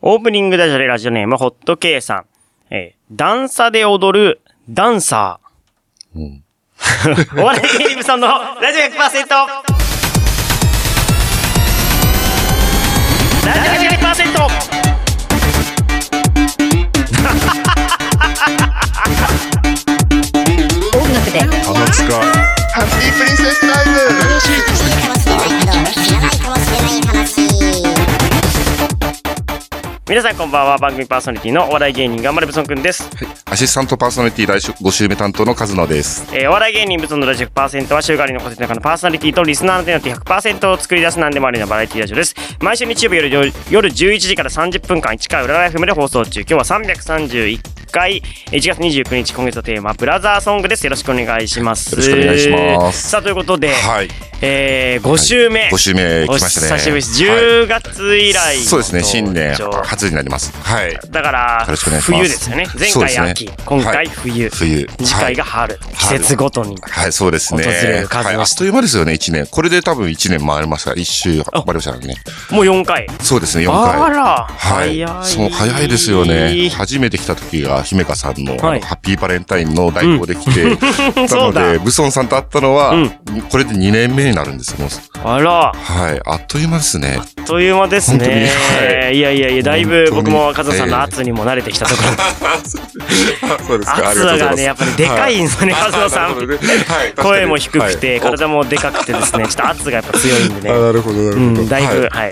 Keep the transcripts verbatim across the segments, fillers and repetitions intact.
オープニングダジャレラジオネーム、ホットケイさん。えー、段差で踊る、ダンサー。うん、お笑い芸人部さんのラジオ ひゃくパーセント。ラジオ ひゃくパーセント。 音楽で鼻つかハッピープリンセスタイム。 皆さんこんばんは。番組パーソナリティのお笑い芸人頑張れブソンくんです。 はい、アシスタントパーソナリティ来週ご週目担当のカズノです。 えー、お笑い芸人ブソンのラジオ ひゃくパーセント は週替わりの個性の中のパーソナリティとリスナーの手によって ひゃくパーセント を作り出す何でもありのバラエティラジオです。毎週日曜日夜、夜じゅういちじからさんじゅっぷんかんいちかい裏ライフで放送中。今日はさんびゃくさんじゅういっかい、いちがつにじゅうくにち、今月のテーマブラザーソングです。よろしくお願いします。 よろしくお願いします。 さあということで、 はい、 えー、ご週目、 はい、ご週目来ましたね。 お久しぶりです。じゅうがつ以来、はい、 そうですね。新年初になります。はい。 だから冬ですよね。前回秋、ね、今回冬、はい、冬、次回が春、はい、季節ごとにはい、そうですね。 訪れる数の、 はい、あっという間ですよね。いちねん。これで多分いちねん回りました。一周回りましたからね。 もうよんかい。 そうですね。よんかい。 あら、 はい、早い。そう早いですよね。初めて来た時が姫香さんの、はい、ハッピーバレンタインの代行で来て、うん、なのでブソンさんと会ったのは、うん、これでにねんめになるんですよ。 あら、 はい、あっという間ですね。 あっという間ですね。はい、いやいやいや、だいぶ僕もカズさんの圧にも慣れてきたところ。 そうですか。 圧がね、やっぱりでかいんですよね、カズノさん。声も低くて、体もでかくてですね、ちょっと圧がやっぱ強いんでね。 なるほど、なるほど。うん、 だいぶ、はい。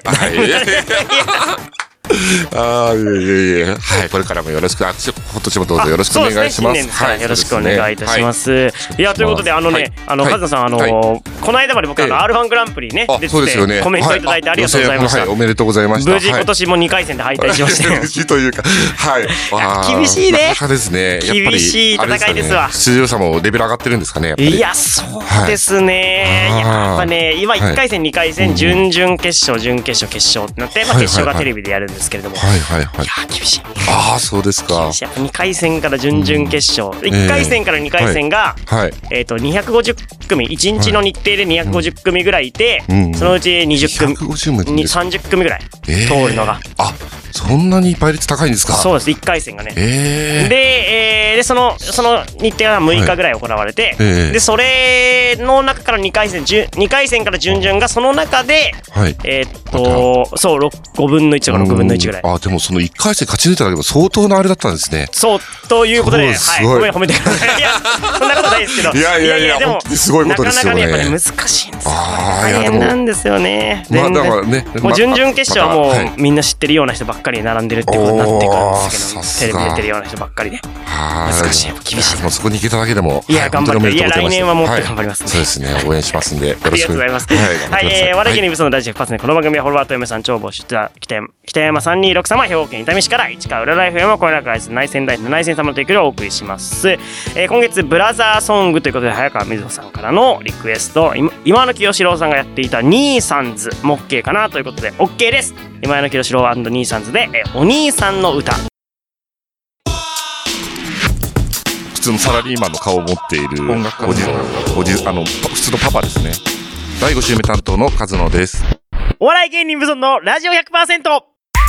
ああ、いやいやいや、はい、これからもよろしく、今年もどうぞよろしくお願いします。 はい、よろしくお願いいたします。いや、ということで、あのね、あの、カズナさん、あの、この間まで僕、あの、アールワン グランプリね、出てて、コメントいただいてありがとうございました。 はい、おめでとうございました。 無事、今年もにかい戦で敗退しました。 無事というか、はい。厳しいね。 なかなかですね。 厳しい戦いですわ。 出場者もレベル上がってるんですかね。 いや、そうですね。やっぱね、今いっかい戦、にかい戦、準々決勝、準決勝、決勝ってなって、まあ、決勝がテレビでやるんですけれども。 はいはい。いや厳しい。 ああ、そうですか。 厳しい。にかい戦から準々決勝、うん、いっかい戦からにかい戦が、はいはい、えっとにひゃくごじゅっくみ、いちにちの日程でにひゃくごじゅっくみぐらいいて、うん、そのうちにじゅっくみ、さんじゅっくみぐらい通るのが。 えー、あ、そんなに倍率高いんですか。 そうです。いっかい戦がね。 えー、 で、えー、でそのその日程がむいかぐらい行われて、はい、えー、でそれの中からにかい戦、にかい戦から準々がその中で、はい、えー、っとそうごぶんのいちとかろくぶんのいちぐらい。 あ、でもそのいっかい戦勝ち抜いただけでも相当なあれだったんですね。 そうということで、はい、ごめん褒めてください。いや、そんなことないですけど。 いやいやいや、でもすごいことですよね。なかなかね、やっぱね難しいんですよ。大変なんですよね。 まあだからね、 もう準々決勝はもうみんな知ってるような人ばっかりに並んでるってことになってくるんですけど、テレビ出てるような人ばっかりで難しい、厳しい。 もうそこに行けただけでも、 いや頑張って、いや来年はもっと頑張りますね。 そうですね、応援しますんでよろしくお願いします。 はい、笑い芸人ブソンのラジオひゃくパーセント、この番組はフォロワーと嫁さん超募集した北山さんにーろく様、兵庫県伊丹市から市川裏ライフへもこれらから内戦ライフの内戦様の提供をお送りします。えー、今月ブラザーソングということで早川瑞穂さんからのリクエスト、今の清志郎さんがやっていたニーサンズも OK かなということで OK です。今の清志郎&ニーサンズで、えー、お兄さんの歌。 普通のサラリーマンの顔を持っているおじおじあの普通のパパですね。だいご週目担当のカズノです。 お笑い芸人ブソンのラジオ ひゃくパーセント。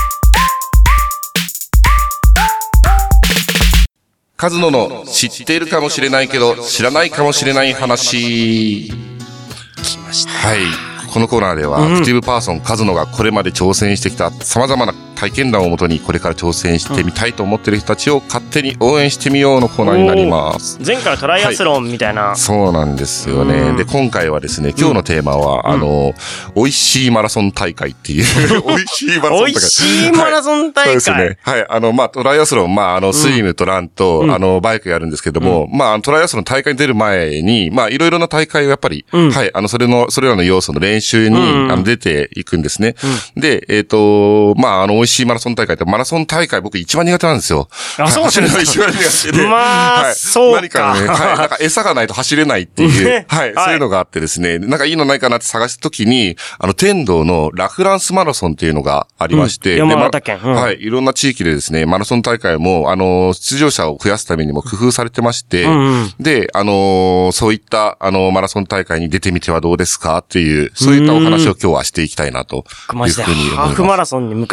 カズノの知っているかもしれないけど知らないかもしれない話。 来ました。 はい。このコーナーでは、うん、アクティブパーソンカズノがこれまで挑戦してきた様々な体験談をもとにこれから挑戦してみたいと思っている人たちを勝手に応援してみようのコーナーになります。 前回はトライアスロンみたいな、 はい、そうなんですよね、うん、で今回はですね今日のテーマは、うん、あの美味しいマラソン大会っていう美味しいマラソン大会美味しいマラソン大会、はい、そうですね。 はい。あのまあトライアスロン、まああのスイムとランと、うん、あのバイクやるんですけども、うん、まあトライアスロン大会に出る前にまあいろいろな大会をやっぱり、うん、はいあのそれのそれらの要素の練習に、うん、あの出ていくんですね。うん、でえっ、ー、とまああの美味しいマラソン大会ってマラソン大会僕一番苦手なんですよ。 あ、そうですね。 一番苦手で。 まあ、はい、そうか。 何かね、はい。なんか餌がないと走れないっていう、はい、そういうのがあってですね、なんかいいのないかなって探したときに、あの、天童のラフランスマラソンっていうのがありまして、 うん、山形県、うん。 はい。いろんな地域でですね、マラソン大会も、あの、出場者を増やすためにも工夫されてまして、うんうん、で、あの、そういった、あの、マラソン大会に出てみてはどうですかっていう、そういったお話を今日はしていきたいなというふうに思います。 マジでハーフマラソンに昔出たこと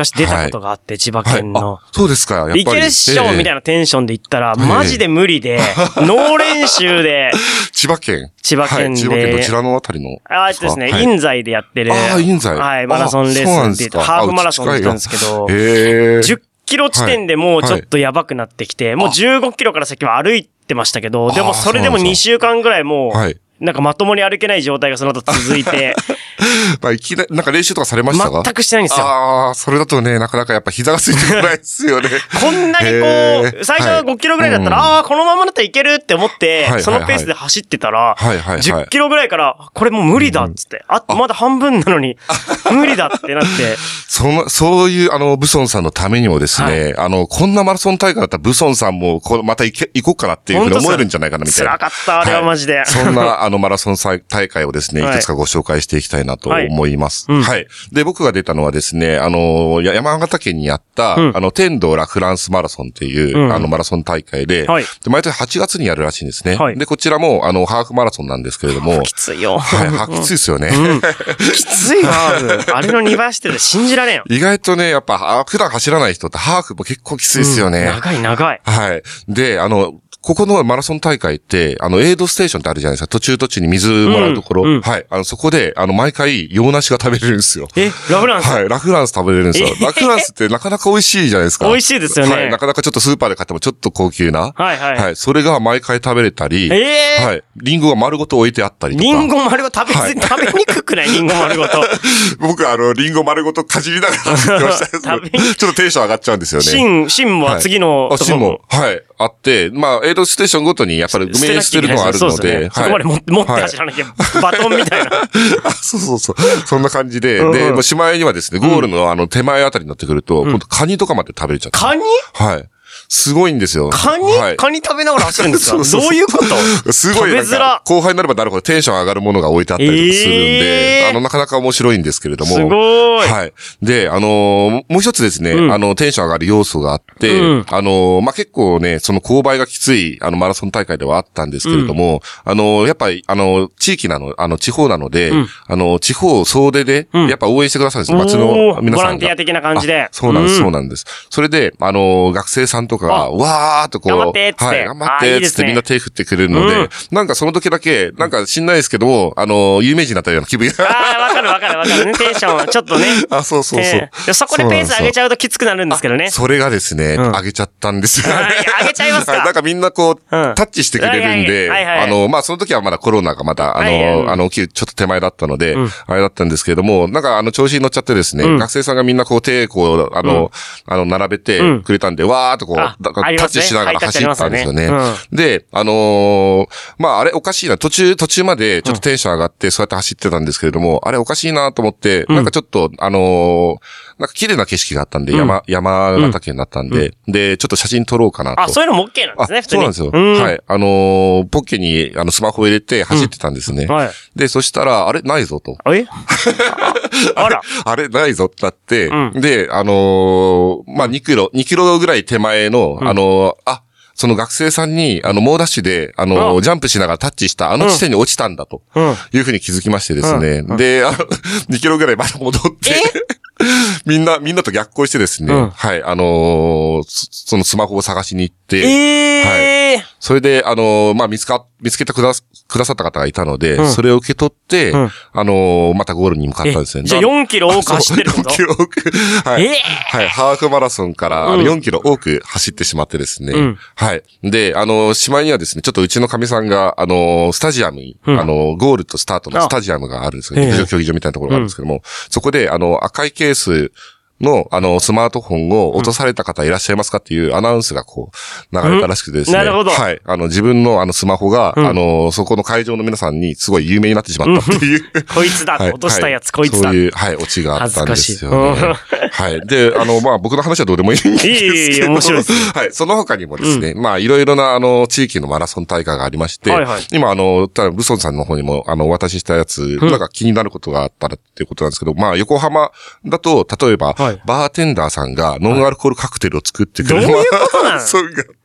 ことがあって、千葉県の。 はい、そうですか、やっぱり。 いけるっしょみたいなテンションで行ったら、マジで無理で、ノー練習で。 千葉県千葉県で。 千葉県どちらのあたりのああ、ですね、印西でやってる。 ああ、印西。 はい、マラソンレースって言って、ハーフマラソンって言ったんですけど、じゅっキロ地点でもうちょっとやばくなってきて、もうじゅうごキロから先は歩いてましたけど、でもそれでもにしゅうかんぐらいもう、なんかまともに歩けない状態がその後続いて。 まあ、いきなり、なんか練習とかされましたか？ 全くしてないんですよ。 ああ、それだとね、なかなかやっぱ膝がついてこないですよね。 こんなにこう、最初はごキロぐらいだったら、はい、ああ、このままだったらいけるって思って、はい、そのペースで走ってたら、はいはいはい、じゅっキロぐらいから、これもう無理だっつって、あとまだ半分なのに、無理だってなって。 その、そういう、あの、ブソンさんのためにもですね、はい、あの、こんなマラソン大会だったらブソンさんも、こう、また行け、行こうかなっていうふうに思えるんじゃないかなみたいな。 辛かった、あれはマジで。はい、 そんな、あの、マラソン大会をですね、いくつかご紹介していきたいなと思います。はい。うん、はい。で、僕が出たのはですね、あの、山形県にあった、うん、あの、天童ラ・フランスマラソンっていう、うん、あの、マラソン大会で、はい、で、毎年はちがつにやるらしいんですね。はい。で、こちらも、あの、ハーフマラソンなんですけれども。 きついよ。 はい、ハーフきついですよね。 うん、きついハーフ。あれのにばいしてる信じられんよ。 意外とね、やっぱ、普段走らない人ってハーフも結構きついですよね。うん、 長い長い。 はい。で、あの、ここのマラソン大会って、あの、エイドステーションってあるじゃないですか。途中途中に水もらうところ。うんうん、はい。あの、そこで、あの、毎回、洋梨が食べれるんですよ。 え、ラフランス？ はい。ラフランス食べれるんですよ。えー、ラフランスってなかなか美味しいじゃないですか。 美味しいですよね。 はい。なかなかちょっとスーパーで買ってもちょっと高級な。 はいはい。 はい。それが毎回食べれたり。 えー、 はい。リンゴが丸ごと置いてあったりとか。 リンゴ丸ごと食べ、はい、食べにくくないリンゴ丸ごと。 僕、あの、リンゴ丸ごとかじりながら食ってました。食べちょっとテンション上がっちゃうんですよね。 芯、芯は次の、 はい。あ、芯も。はい。あって、まあ、エイドステーションごとにやっぱりグミに捨てるのがあるので、 そこまで持って走らなきゃ、バトンみたいな。 そうそうそう。そんな感じで、で、もうしまいにはですね、ゴールのあの手前あたりになってくると、今度カニとかまで食べれちゃって。 カニ？ はい。すごいんですよ。 カニ、はい、カニ食べながら走るんですか？そうそうそう、どういうこと？ すごいなんか、後輩になればなるほどテンション上がるものが置いてあったりとかするんで、えー、あの、なかなか面白いんですけれども。 すごい。 はい。で、あのー、もう一つですね、うん、あの、テンション上がる要素があって、うん、あのー、まあ、結構ね、その勾配がきつい、あの、マラソン大会ではあったんですけれども、うん、あのー、やっぱり、あの、地域なの、あの、地方なので、うん、あの、地方総出で、やっぱ応援してくださるんですよ、町の皆さんが。 ボランティア的な感じで。 そうなんです、そうなんです。それで、あの、学生さんとかが、わー、ーっとこう、 頑張ってっつって、 はい、頑張ってっつってみんな手振ってくれるので、うん、なんかその時だけ、なんか知んないですけども、あの、有名人になったような気分が。 ああ、わかるわかるわかるね。テンション、ちょっとね。 あ、そうそうそう。 えー、そこでペース上げちゃうときつくなるんですけどね。 それがですね、うん、上げちゃったんですよ、ね。 上げちゃいますか。 なんかみんなこう、うん、タッチしてくれるんで、あの、まあ、その時はまだコロナがまだ、あの、はいはい、あの、ちょっと手前だったので、うん、あれだったんですけれども、なんかあの、調子に乗っちゃってですね、うん、学生さんがみんなこう手、こう、あの、うん、あの、並べてくれたんで、わーっとこう、タッチしながら走ったんですよね。うん、で、あのー、まあ、あれおかしいな。途中、途中までちょっとテンション上がって、そうやって走ってたんですけれども、うん、あれおかしいなと思って、うん、なんかちょっと、あのー、なんか綺麗な景色があったんで、うん、山、山形県だったんで、うん、で、ちょっと写真撮ろうかなと。 あ、そういうのも OK なんですね、普通に。 そうなんですよ。うん、はい。あのー、ポッケに、あの、スマホ入れて走ってたんですね。うん、はい。で、そしたら、あれないぞと。 えあら。 あれないぞってなって、うん、で、あのー、まあ、にキロ、にキロぐらい手前の、あのー、あ、その学生さんに、あの、猛ダッシュで、あの、うん、ジャンプしながらタッチしたあの地点に落ちたんだと、いうふうに気づきましてですね。うんうん、で、あの、にキロぐらいまで戻って、みんな、みんなと逆行してですね、うん、はい、あのー、そのスマホを探しに行って、 えー、 はい。それで、あのー、まあ、見つか、見つけてくだ、くださった方がいたので、うん、それを受け取って、うん、あのー、またゴールに向かったんですね。 じゃあよんキロ多く走ってること？ よんキロ多く、はい。えー、はい。ハーフマラソンから、うん、よんキロ多く走ってしまってですね、うん、はい。で、あのー、しまいにはですね、ちょっとうちの神さんが、あのー、スタジアムに、うん、あのー、ゴールとスタートのスタジアムがあるんですよ。陸上競技場みたいなところがあるんですけども、うん、そこで、あの、赤いケース、の、あの、スマートフォンを落とされた方いらっしゃいますかっていうアナウンスがこう、流れたらしくてですね。 なるほど。 はい。あの、自分のあのスマホが、うん、あの、そこの会場の皆さんにすごい有名になってしまったっていう。 こいつだ、はい、落としたやつ、こいつだ。 そういう、はい、オチがあったんですよね。はい。で、あの、まあ、僕の話はどうでもいいんですけど。いい、いい、面白いです。はい。その他にもですね、うん、まあ、いろいろな、あの、地域のマラソン大会がありまして、はいはい、今、あの、ただ、ブソンさんの方にも、あの、お渡ししたやつ、うん、なんか気になることがあったらっていうことなんですけど、まあ、横浜だと、例えば、はい、バーテンダーさんがノンアルコールカクテルを作ってくれる。 どういうことなの？ そうがあっ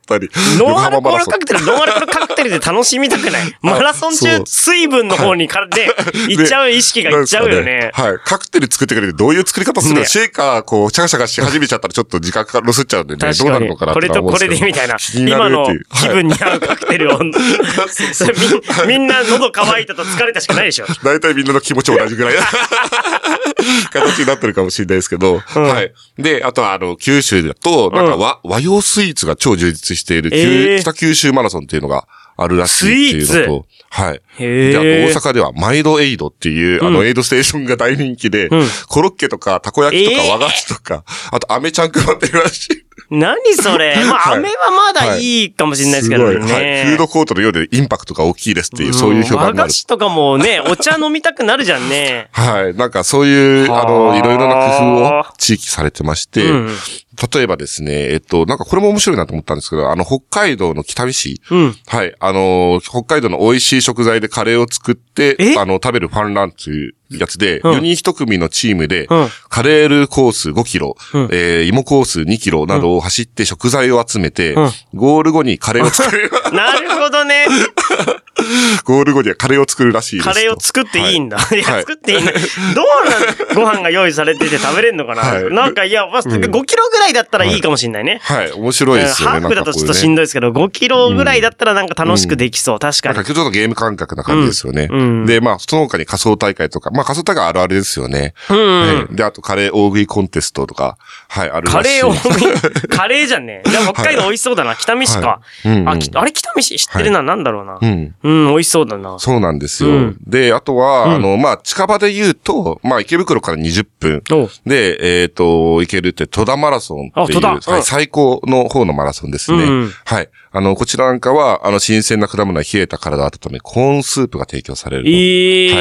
ったり。 ノンアルコールカクテル、ノンアルコールカクテルで楽しみたくないマラソン中、水分の方にからで、いっちゃう意識がいっちゃうよね。 はい。カクテル作ってくれてどういう作り方するの、ね、シェイカー、こう、シャカシャカし始めちゃったらちょっと時間かかるすっちゃうんでね。どうなるのかなってこれとこれでみたいな。今の気分に合うカクテルを。みんな喉乾いたと疲れたしかないでしょ。 大体みんなの気持ち同じぐらい。形になってるかもしれないですけど。うん、はい。で、あとはあの、九州だと、なんか和、うん、和洋スイーツが超充実している、えー、北九州マラソンっていうのがあるらしいっていうのと、はい。で、あと大阪ではマイドエイドっていう、うん、あの、エイドステーションが大人気で、うん、コロッケとか、たこ焼きとか、和菓子とか、えー、あと、飴ちゃん配ってるらしい。 何それまあ、飴はまだいいかもしれないですけどね。はいはい、 フードコートのようでインパクトが大きいですっていう、そういう評判がある。 和菓子とかもね、お茶飲みたくなるじゃんね。 はい。なんかそういう、あの、いろいろな工夫を地域されてまして、うん、例えばですね、えっと、なんかこれも面白いなと思ったんですけど、あの、北海道の北見市、うん、はい。あの、北海道の美味しい食材でカレーを作って、あの、食べるファンランというやつで、うん、よにんひと組のチームで、うん、カレールコースごキロ、うん、えー、芋コースにキロなどを走って食材を集めて、うん、ゴール後にカレーを作る。 なるほどね。 ゴール後にはカレーを作るらしいです。 カレーを作っていいんだ。はい、いや、作っていいんだ。どうなんご飯が用意されてて食べれんのかな、はい、なんか、いや、ごキロぐらいだったらいいかもしんないね。 はい。はい、面白いですよね。 ハーフだとちょっとしんどいですけど、ごキロぐらいだったらなんか楽しくできそう。うん、確かに。 なんかちょっとゲーム感覚な感じですよね。うん、で、まあ、その他に仮想大会とか、まあ仮想大会あるあるですよね。うん、はい。で、あとカレー大食いコンテストとか、はい、あるらしい。 カレー大食いカレーじゃんね。じゃあ北海道美味しそうだな。はい、北見市か。はいうんうん、あ、あれ北見市知ってるな。はい、なんだろうな。うん。うん、美味しそうだな。 そうなんですよ。うん、で、あとは、うん、あの、まあ、近場で言うと、まあ、池袋からにじゅっぷん。で、えっ、ー、と、行けるって戸田マラソンっていう、はい、最高の方のマラソンですね。うん、はい。あの、こちらなんかは、あの、新鮮な果物や冷えた体を温め、コーンスープが提供されると。えー、はい。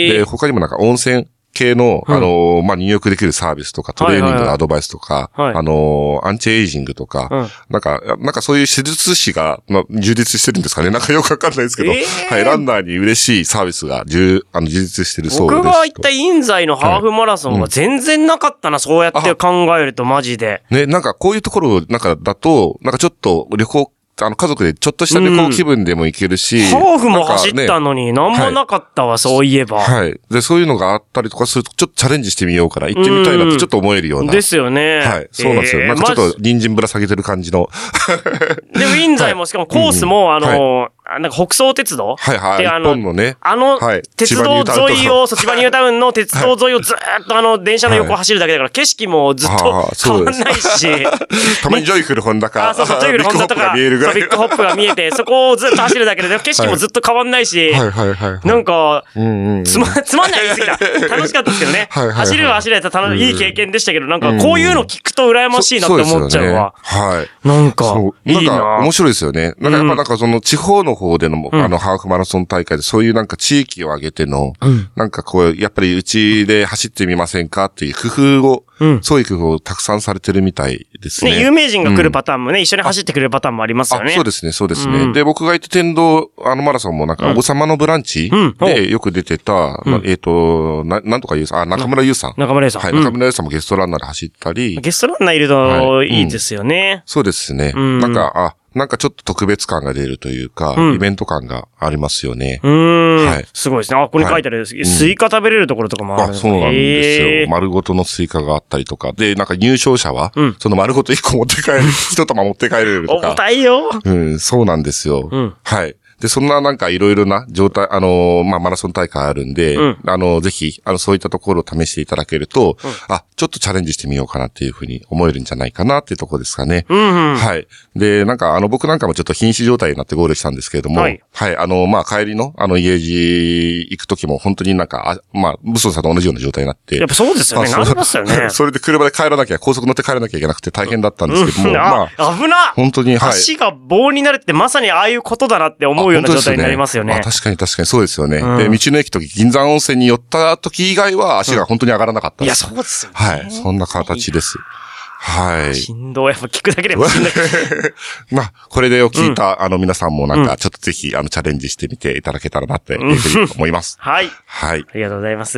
で、他にもなんか温泉、系の、あの、まあ、入浴できるサービスとか、トレーニングのアドバイスとか、はいはいはい、あの、アンチエイジングとか、うん、なんか、なんかそういう手術師が、まあ、充実してるんですかね。なんかよくわかんないですけど、えー、はい、ランナーに嬉しいサービスが、充、あの、充実してるそうです。 僕が行った印西のハーフマラソンは全然なかったな、はい、そうやって考えるとマジで。 ね、なんかこういうところ、なんかだと、なんかちょっと旅行、あの、家族でちょっとした旅行気分でも行けるし。 ハーフも走ったのに、なんもなかったわ、はい、そういえば。 はい。で、そういうのがあったりとかすると、ちょっとチャレンジしてみようから、行ってみたいなってちょっと思えるような。 ですよね。 はい。そうなんですよ。えー、なんかちょっと、人参ぶら下げてる感じの。 で、ウィンザイもしかもコースも、はい、あの、はいなんか北総鉄道はいはい。 で、あの、 のね、 あの、鉄道沿いを、そう、千葉ニュータウンの鉄道沿いをずーっとあの、電車の横を走るだけだから、景色もずっと変わんないし。 たまにジョイフルホンダか。 あ、そうそう、ジョイフルホンダとか、ビッグホップが見えて、そこをずっと走るだけで、景色もずっと変わんないし、 はいはいはい。 なんか、つま、つまんない言い過ぎた。楽しかったですけどね。走るは走れたらいい経験でしたけど、なんか、こういうの聞くと羨ましいなって思っちゃうわ。 はい。 なんか、いいな。 なんか、面白いですよね。なんかやっぱなんかその、地方の方での、あの、ハーフマラソン大会でそういうなんか地域を挙げての、うん、なんかこう、やっぱりうちで走ってみませんかっていう工夫を、うん、そういう工夫をたくさんされてるみたいですね。 ね、有名人が来るパターンもね、うん、一緒に走ってくれるパターンもありますよね。 そうですね、そうですね。うん、で、僕が行って天童、あのマラソンもなんか、王様のブランチでよく出てた、うんまあ、えっ、ー、と、な、なんとか言うさん、あ、中村優さん。 中村優さん。 はい、中村優さんもゲストランナーで走ったり。 ゲストランナーいるといいですよね。はいうん、 そうですね。うん、なんか、あ、なんかちょっと特別感が出るというか、うん、イベント感がありますよね。 うーん。はい。すごいですね。あ、ここに書いてある、はい、スイカ食べれるところとかもあるんですね。 あ、そうなんですよ、えー。丸ごとのスイカがあったりとか。で、なんか入賞者は、うん、その丸ごといっこ持って帰る、一玉持って帰れるとか。 重たいよ。 うん、そうなんですよ。うん、はい。で、そんななんかいろいろな状態、あのー、まあ、マラソン大会あるんで、うん、あのー、ぜひ、あの、そういったところを試していただけると、うん、あ、ちょっとチャレンジしてみようかなっていうふうに思えるんじゃないかなっていうところですかね。うんうん、はい。で、なんかあの、僕なんかもちょっと瀕死状態になってゴールしたんですけれども、はい。はい、あのー、まあ、帰りの、あの、家路行くときも本当になんか、あまあ、武装さんと同じような状態になって。 やっぱそうですよね。なりますよね。 それで車で帰らなきゃ、高速乗って帰らなきゃいけなくて大変だったんですけども、うん、 まあ、危な本当に、はい。 足が棒になるってまさにああいうことだなって思うような状態になります。ますよね。 あ、確かに確かにそうですよね。うん、で、道の駅と銀山温泉に寄った時以外は足が本当に上がらなかった、うん。 いや、そうですよね。 はい。そんな形です。はい。 振動やっぱ聞くだけでもしんどい。 まあ、これでを聞いた、うん、あの皆さんもなんかちょっとぜひ、あのチャレンジしてみていただけたらなっていうふうに思います。 はい。 はい。 ありがとうございます。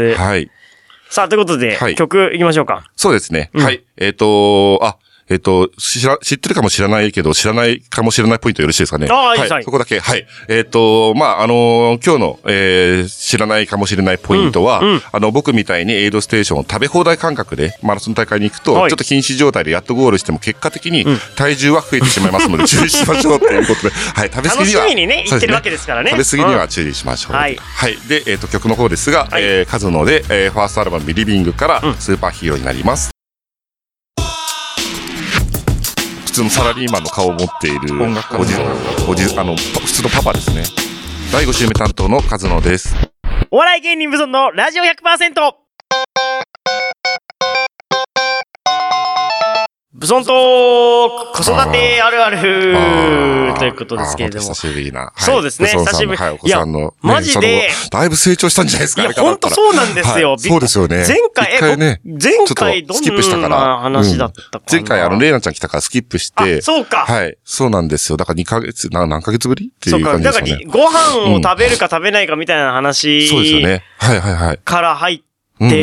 はい。 さあ、ということで、はい、曲いきましょうか。 そうですね。うん、はい。えっ、ー、と、あ、 えっと、知ら、知ってるかもしれないけど、知らないかもしれないポイントよろしいですかね。 ああ、 はい。 はい。 そこだけ、はい。えっと、まあ、あのー、今日の、えー、知らないかもしれないポイントは、うんうん、あの、僕みたいにエイドステーションを食べ放題感覚でマラソン大会に行くと、はい、ちょっと瀕死状態でやっとゴールしても結果的に体重は増えてしまいますので、注意しましょうということで、はい。食べ過ぎには。 楽しみにね、行ってるわけですからね。 食べ過ぎには注意しましょう。うん、はい。はい。で、えっと、曲の方ですが、はい、えー、カズノで、えー、ファーストアルバムリビングからスーパーヒーローになります。普通のサラリーマンの顔を持っている音楽おじ、おじ、あの、普通のパパですね。だいご週目担当のカズノです。 お笑い芸人無尊のラジオ ひゃくパーセント。ブソンと子育てあるあるということですけれども。 久しぶりな。はい、 そうですね。久しぶり。 はい、お子さんの、ね、 マジで。 だいぶ成長したんじゃないですか。 いや、ほんとそうなんですよ。はい、 そうですよね。 前回、え、回ね、前回どんな話だったかな、 うん、前回、あの、レイナちゃん来たからスキップして。 そうか。 はい。そうなんですよ。だからにかげつ、な何ヶ月ぶりっていう感じですかね。 そうか。だから、ご飯を食べるか食べないかみたいな話、うん。 そうですよね。はいはいはい。 から入って、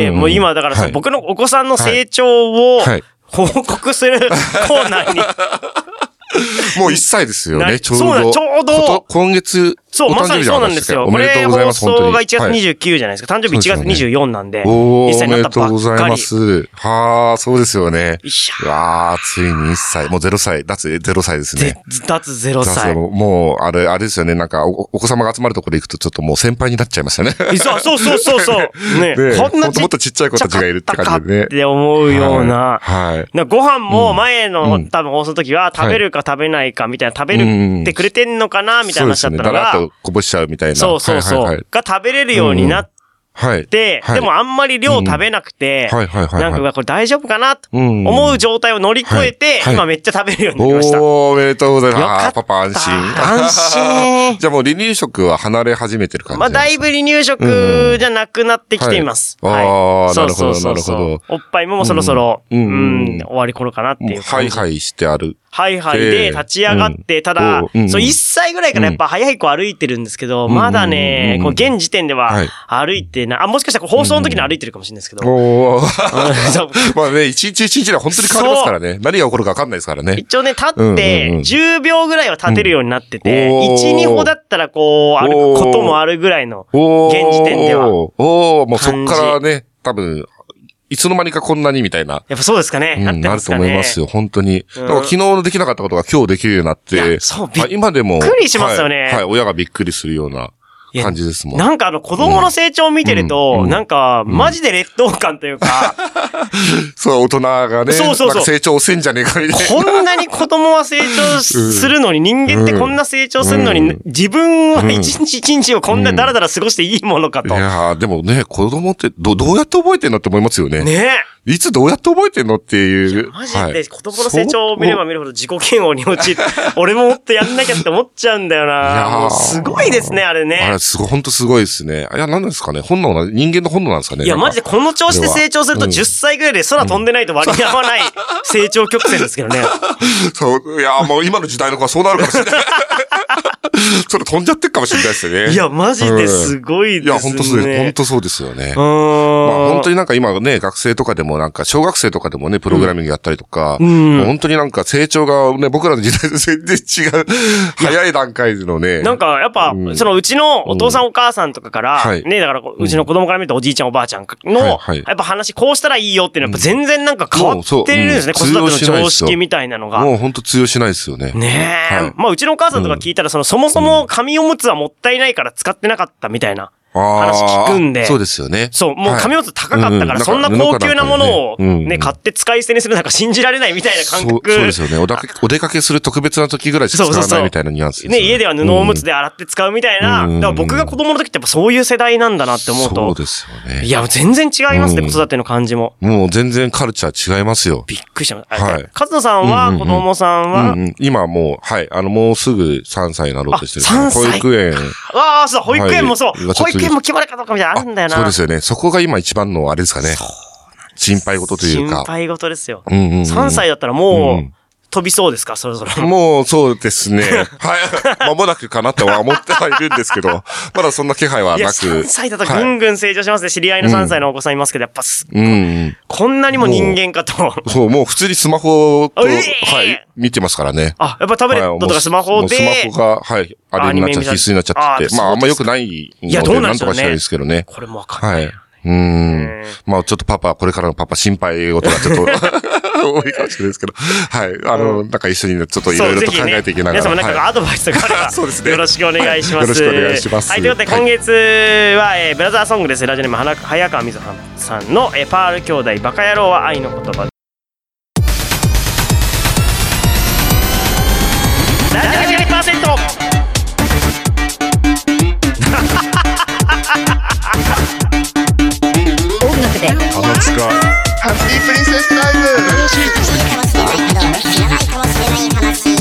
もう今、だからさ、はい、僕のお子さんの成長を、はいはい報告するコーナーに。 もういっさいですよね、ちょうど。 そうだ、ちょうど。 今月。 そう、まさにそうなんですよ。これ、放送がいちがつにじゅうくじゃないですか。誕生日いちがつにじゅうよっかなんで。 おー、おめでとうございます。はー、そうですよね。うわー、ついにいっさい。もうゼロさい。脱ゼロさいですね。 脱ゼロさい。 もう、あれ、あれですよね。なんかお、お子様が集まるところで行くとちょっともう先輩になっちゃいましたね。 そうそうそうそうそう。ねこんなもっとちっちゃい子たちがいるって感じでね。 って思うような。 はい。 ご飯も前の多分放送の時は食べるか食べないかみたいな、食べるってくれてんのかなみたいな話だったのが。 だらっとこぼしちゃうみたいな。 そうそうそう。はいはいはい、が食べれるようになって、はい。で、はい、でもあんまり量食べなくて、うん、はいはいはい、はい。なんかこれ大丈夫かなと思う状態を乗り越えて、はいはい、今めっちゃ食べるようになりました。 おー、おめでとうございます。あー、パパ安心。 安心。 じゃあもう離乳食は離れ始めてる感じですか？ まあだいぶ離乳食じゃなくなってきています。 うん、はい。はい、あー、なるほど、なるほど。 おっぱいももうそろそろ、うん、うん、終わり頃かなっていう感じ。 ハイハイしてある。 ハイハイで立ち上がって、ただ、そう、いっさいぐらいからやっぱ早い子歩いてるんですけど、まだね、こう現時点では歩いてな、あ、もしかしたら放送の時に歩いてるかもしれないですけど。おー。まあね、一日一日では本当に変わりますからね。何が起こるか分かんないですからね。 一応ね、立って、じゅうびょうぐらいは立てるようになってて、いち、に歩だったらこう、歩くこともあるぐらいの、現時点では。 おー、もうそっからね、多分、いつの間にかこんなにみたいな。 やっぱそうですかね。 うん、 なってますかね。 なると思いますよ、本当に。だから昨日できなかったことが今日できるようになって。 そう、 びっ今でも。 びっくりしますよね、 はい。はい、親がびっくりするような感じですもん。 なんかあの子供の成長を見てると、うん、なんか、マジで劣等感というか。 そう、大人がね。そうそうそう。成長せんじゃねえかみたいな。 こんなに子供は成長するのに、人間ってこんな成長するのに、うん、自分は一日一日をこんなダラダラ過ごしていいものかと。 いやー、でもね、子供ってど、どうやって覚えてんのって思いますよね。 ねえ。 いつどうやって覚えてんのっていう。 マジで子供の成長を見れば見るほど自己嫌悪に陥る。俺ももっとやんなきゃって思っちゃうんだよな。いやもうすごいですね、あれね。 あれすごい、ほんとすごいですね。いや、何ですかね。本能な、人間の本能なんですかね。 いや、マジでこの調子で成長するとじゅっさいぐらいで空飛んでないと割に合わない成長曲線ですけどね。 そう、いや、もう今の時代の子はそうなるかもしれない。それ飛んじゃってるかもしれないですよね。 いや、マジですごいですね。いや、 本当そうです。本当そうですよね。まあ本当になんか今ね、学生とかでもなんか、小学生とかでもね、プログラミングやったりとか、うん、本当になんか成長がね、僕らの時代と全然違う、早い段階のね。 なんかやっぱ、うん、そのうちのお父さんお母さんとかから、うん、ね、だからうちの子供から見るとおじいちゃんおばあちゃんの、はいはい、やっぱ話こうしたらいいよっていうのはやっぱ全然なんか変わってるんですね、子育ての常識みたいなのが。 もう本当通用しないですよね。 ねえ。はい、まあうちのお母さんとか聞いたら、そのそもそも紙おむつはもったいないから使ってなかったみたいな。話聞くんで。 そうですよね。 そう、もう紙おむつ高かったから、そんな高級なものをね、買って使い捨てにするなんか信じられないみたいな感覚。 そうですよね。おだけ、お出かけする特別な時ぐらいしか使わないみたいなニュアンスですね。 ね、家では布おむつで洗って使うみたいな。だから僕が子供の時ってやっぱそういう世代なんだなって思うと。 そうですよね。 いや、全然違いますね、子育ての感じも。 もう全然カルチャー違いますよ。 びっくりしました。はい。勝野さんは、子供さんは今もう、はい、あの、もうすぐさんさいになろうとしてる。 さんさい。 保育園。 ああ、そう、保育園もそう。保育園も決まるかどうかみたいな。あるんだよな。 そうですよね。そこが今一番のあれですかね。心配事というか。 心配事ですよ。うんうんうん、さんさいだったらもう、うん、 飛びそうですか、そろそろ。 もうそうですね。はい。間もなくかなとは思ってはいるんですけど、まだそんな気配はなく。いや、 さんさいだとぐんぐん成長しますね。はい、知り合いのさんさいのお子さんいますけど、やっぱすっごい、うん、こんなにも人間かと。 そう、もう普通にスマホと、はい、見てますからね。 あ、やっぱタブレットとかスマホで。 スマホが、はい、あれになっちゃう、必須になっちゃってて。まあ、あんま良くないので、いやどうなんとかしたいですけどね。 これもわかんない。 はい。うん。まあちょっとパパ、これからのパパ心配事がちょっと多いかもしれないですけど。はい。あの、うん、なんか一緒にちょっといろいろと考えていきながら。 皆様なんかアドバイスとかあれば、そうですね。よろしくお願いします。 よろしくお願いします。 はい。ということで今月は、えー、ブラザーソングです。ラジオネーム早川みずはさんの、えー、パール兄弟バカ野郎は愛の言葉。ななじゅうにパーセント。 音楽で楽しかハッピープリンセスライブ。 楽しいかもしれないけど知らないかもしれない話。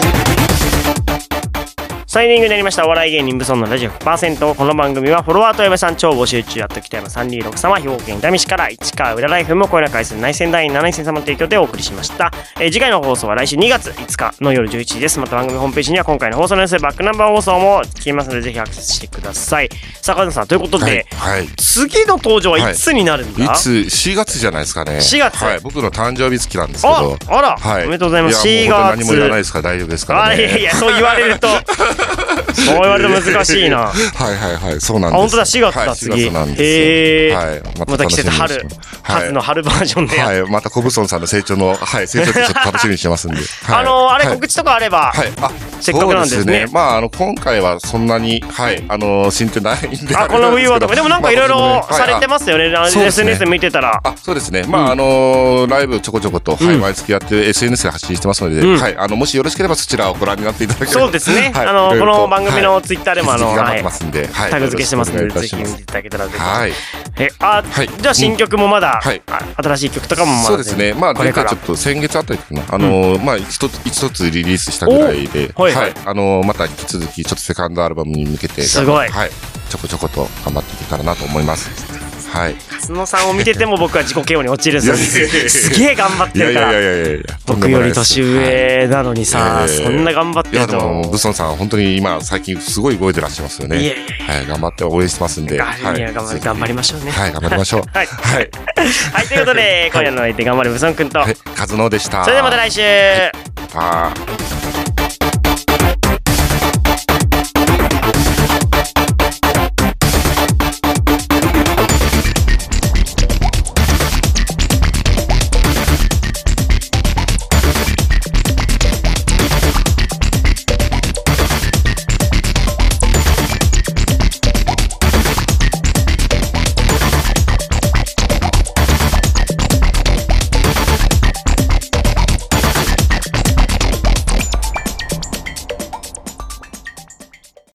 サイニングになりましたお笑い芸人ブソンのラジオ ひゃくパーセント。 この番組はフォロワーと嫁さん超募集中。あと北山さんにーろく様、兵庫県伊丹市から市川浦ライフも声な会する内戦団員ななせん様の提供でお送りしました。えー、次回の放送は来週にがついつかの夜じゅういちじです。また番組ホームページには今回の放送の様子でバックナンバー放送も聞けますのでぜひアクセスしてください。さあ川田さんということで、はいはい、次の登場はいつになるんだ、 はい、いつしがつじゃないですかね。 しがつ、 はい、僕の誕生日月なんですけど。 ああら、はい、おめでとうございます。しがつ何も言わないですから大丈夫ですからね。 あ、いやいやそう言われるとそう言われると難しいな。 はいはいはい、そうなんです。 あ、本当だ、しがつだ、次。 はい、へえ。はい、また季節春、初の春バージョンで。 はい、またコブソンさんの成長の、はい、成長ちょっと楽しみにしてますんで。 あの、あれ告知とかあれば、はい、あ、せっかくなんですね。 まあ、あの、今回はそんなに、はい、あの、進展ないんで。 あ、この冬はとか、でもなんかいろいろされてますよね、エスエヌエス 見てたら。 あ、そうですね。まあ、あの、ライブちょこちょこと、はい、毎月やって エスエヌエス で発信してますので、はい、あの、もしよろしければそちらをご覧になっていただければ。 そうですね。あの、この番組のツイッターでも、あの、 はい、ますんで、はい、 タグ付けしてますのでぜひ見ていただけたらと。 はい。 え、あ、はい、じゃあ新曲もまだ、はい、新しい曲とかもまだ、 そうですね。まあ前回ちょっと先月あたりかな、あの、うん、まあ一つ一つリリースしたぐらいで、はい、はい、あのまた引き続きちょっとセカンドアルバムに向けて、 すごい、 はい、ちょこちょこと頑張っていけたらなと思います。はい。 勝野さんを見てても僕は自己嫌悪に陥るんですよ。すげえ頑張ってるから。いやいやいやいや僕より年上なのにさ、そんな頑張ってると。 いやでもブソンさん本当に今最近すごい動いてらっしゃいますよね。いやいやはい、頑張って応援してますんで。 はい、頑張り頑張りましょうね。 はい、頑張りましょう。 はいはいはい、ということで今夜の相手頑張るブソン君と和野でした。 それではまた来週。 ああ。